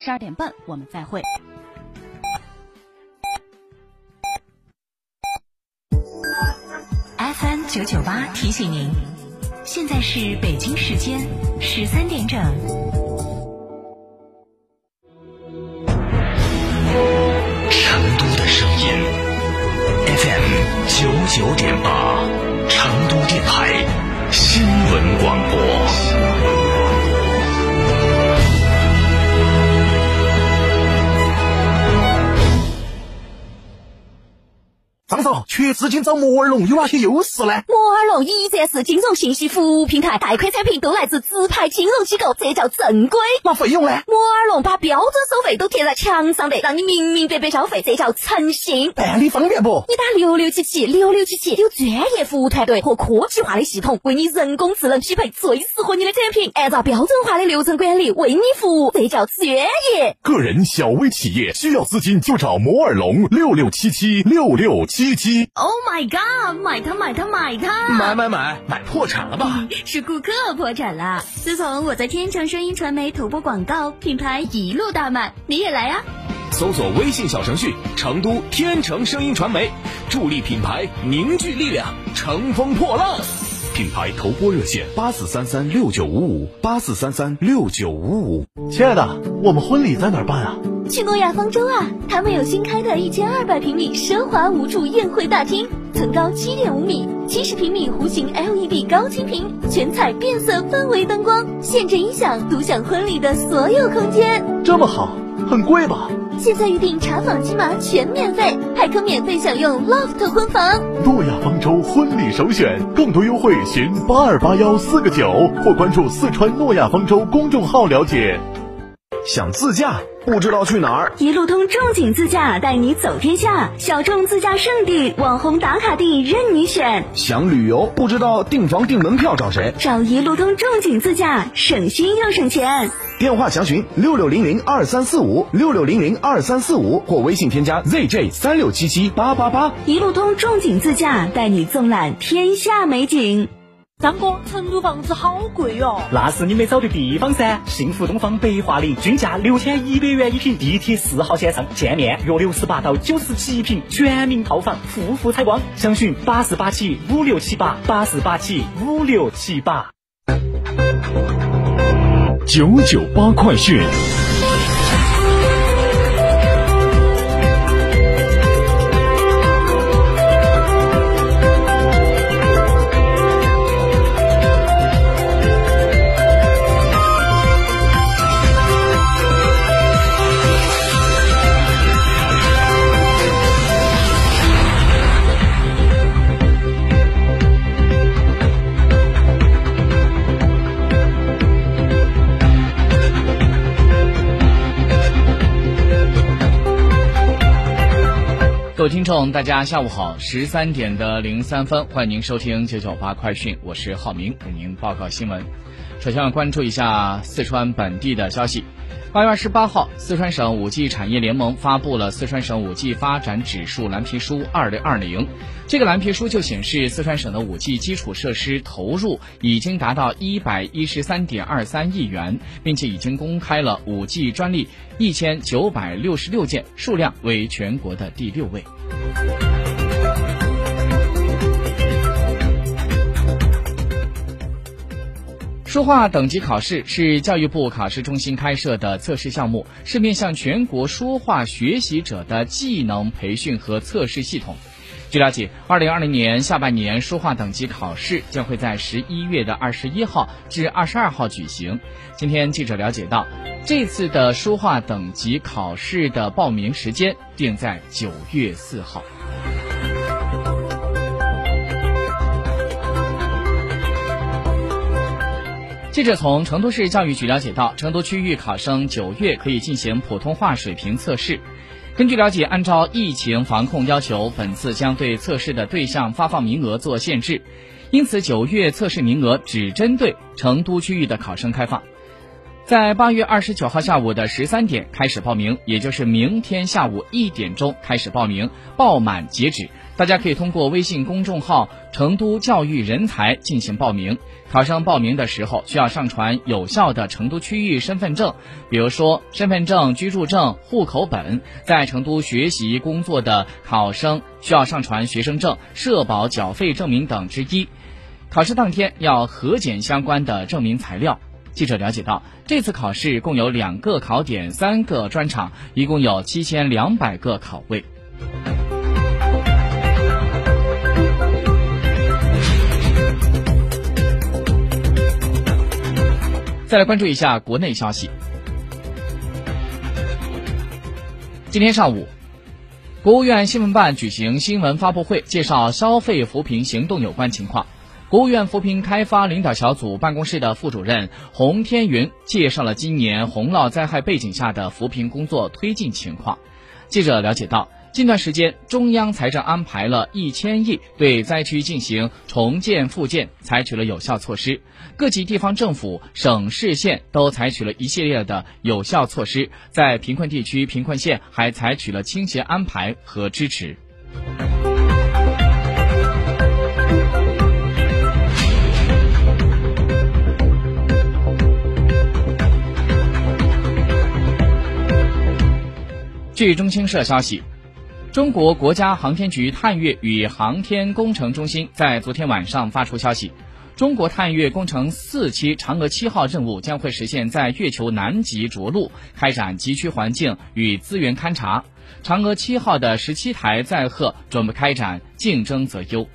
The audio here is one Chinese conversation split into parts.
12点半我们再会。 FM 998提醒您，现在是北京时间13点整。 成都的声音 FM 99.8，成都电台新闻广播。 张嫂，缺资金找摩尔龙有哪些优势呢？ 摩尔龙一站式金融信息服务平台，贷款产品都来自直牌金融机构，这叫正规。 那费用呢？ 摩尔龙把标准收费都贴在墙上的，让你明明白白消费，这叫诚信。 办理方便不？ 你打6677，有专业服务团队和科技化的系统，为你人工智能匹配最适合你的产品，按照标准化的流程管理为你服务，这叫专业。 个人小微企业需要资金就找摩尔龙，66776677。 Oh my god！ 买它！ 买破产了吧？ 是顾客破产了。自从我在天成声音传媒投播广告，品牌一路大卖，你也来啊！ 搜索微信小程序成都天成声音传媒，助力品牌凝聚力量，乘风破浪。 品牌投播热线84336955，84336955。 亲爱的，我们婚礼在哪儿办啊？ 去诺亚方舟啊，他们有新开的1200平米奢华无柱宴会大厅，层高7.5米，70平米弧形 LED 高清屏，全彩变色氛围灯光，现阵音响，独享婚礼的所有空间。 这么好，很贵吧？ 现在预订查房金码全免费，还可免费享用 loft 婚房。 诺亚方舟婚礼首选，更多优惠询828149个9，或关注四川诺亚方舟公众号了解。 想自驾不知道去哪儿？ 一路通众景自驾带你走天下，小众自驾胜地、网红打卡地任你选。 想旅游不知道订房订门票找谁？ 找一路通众景自驾，省心又省钱。 电话详询66002345，66002345，或微信添加 ZJ3677888。 一路通众景自驾带你纵览天下美景。 张哥，成都房子好贵哦。 那是你没找对地方噻，幸福东方北桦林均价6100元一平，地铁4号线上，建面约68到97一平，全民套房，户户采光。详询84875678，84875678。 998快讯。 各位听众大家下午好，13点03分，欢迎您收听998快讯，我是浩明，为您报告新闻。首先要关注一下四川本地的消息。8月28号，四川省 5G 产业联盟发布了四川省 5G 发展指数蓝皮书2020。这个蓝皮书就显示，四川省的 5G 基础设施投入已经达到113.23亿元，并且已经公开了 5G 专利1966件，数量为全国的第6位。书画等级考试是教育部考试中心开设的测试项目，是面向全国书画学习者的技能培训和测试系统。据了解，2020年下半年书画等级考试将会在11月的21号至22号举行。今天记者了解到，这次的书画等级考试的报名时间定在9月4号。记者从成都市教育局了解到，成都区域考生9月可以进行普通话水平测试。根据了解，按照疫情防控要求，本次将对测试的对象发放名额做限制，因此9月测试名额只针对成都区域的考生开放。 在8月29号下午的13点开始报名，也就是明天下午1点钟开始报名，报满截止。大家可以通过微信公众号成都教育人才进行报名。考生报名的时候需要上传有效的成都区域身份证，比如说身份证、居住证、户口本。在成都学习工作的考生需要上传学生证、社保缴费证明等之一。考试当天要核检相关的证明材料。记者了解到，这次考试共有2个考点、3个专场，一共有7200个考位。再来关注一下国内消息。今天上午，国务院新闻办举行新闻发布会，介绍消费扶贫行动有关情况。国务院扶贫开发领导小组办公室的副主任洪天云介绍了今年洪涝灾害背景下的扶贫工作推进情况。记者了解到，近段时间中央财政安排了1000亿对灾区进行重建复建，采取了有效措施。各级地方政府、省市县都采取了一系列的有效措施，在贫困地区、贫困县还采取了倾斜安排和支持。据中青社消息，中国国家航天局探月与航天工程中心在昨天晚上发出消息，中国探月工程4期嫦娥7号任务将会实现在月球南极着陆，开展极区环境与资源勘察。嫦娥7号的17台载荷准备开展竞争择优。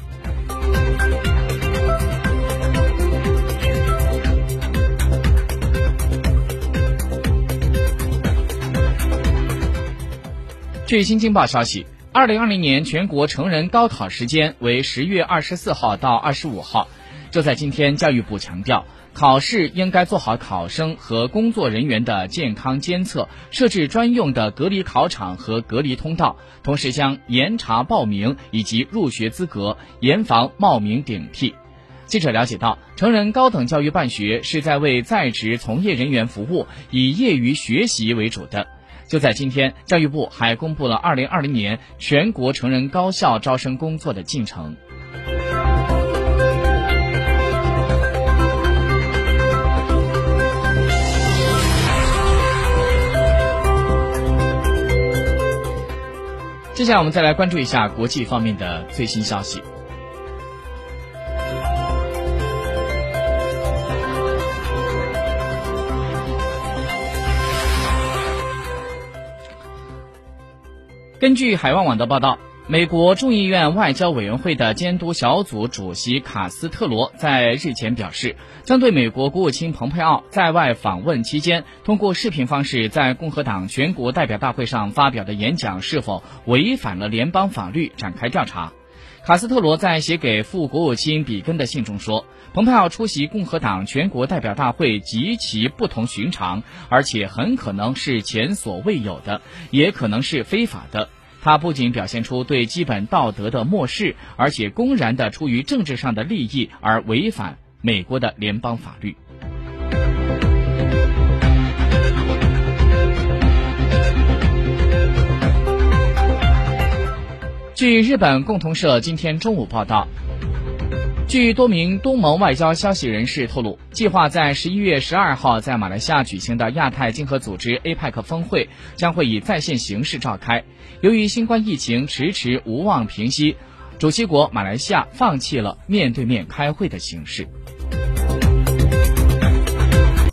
据新京报消息，2020年全国成人高考时间为10月24号到25号。就在今天，教育部强调，考试应该做好考生和工作人员的健康监测，设置专用的隔离考场和隔离通道，同时将严查报名以及入学资格，严防冒名顶替。记者了解到，成人高等教育办学是在为在职从业人员服务，以业余学习为主的。就在今天，教育部还公布了2020年全国成人高校招生工作的进程。接下来我们再来关注一下国际方面的最新消息。根据海外网的报道，美国众议院外交委员会的监督小组主席卡斯特罗在日前表示，将对美国国务卿蓬佩奥在外访问期间通过视频方式在共和党全国代表大会上发表的演讲是否违反了联邦法律展开调查。卡斯特罗在写给副国务卿比根的信中说，蓬佩奥出席共和党全国代表大会极其不同寻常，而且很可能是前所未有的，也可能是非法的。他不仅表现出对基本道德的漠视，而且公然地出于政治上的利益而违反美国的联邦法律。据日本共同社今天中午报道，据多名东盟外交消息人士透露，计划在11月12号在马来西亚举行的亚太经合组织 APEC 峰会将会以在线形式召开。由于新冠疫情迟迟无望平息，主席国马来西亚放弃了面对面开会的形式。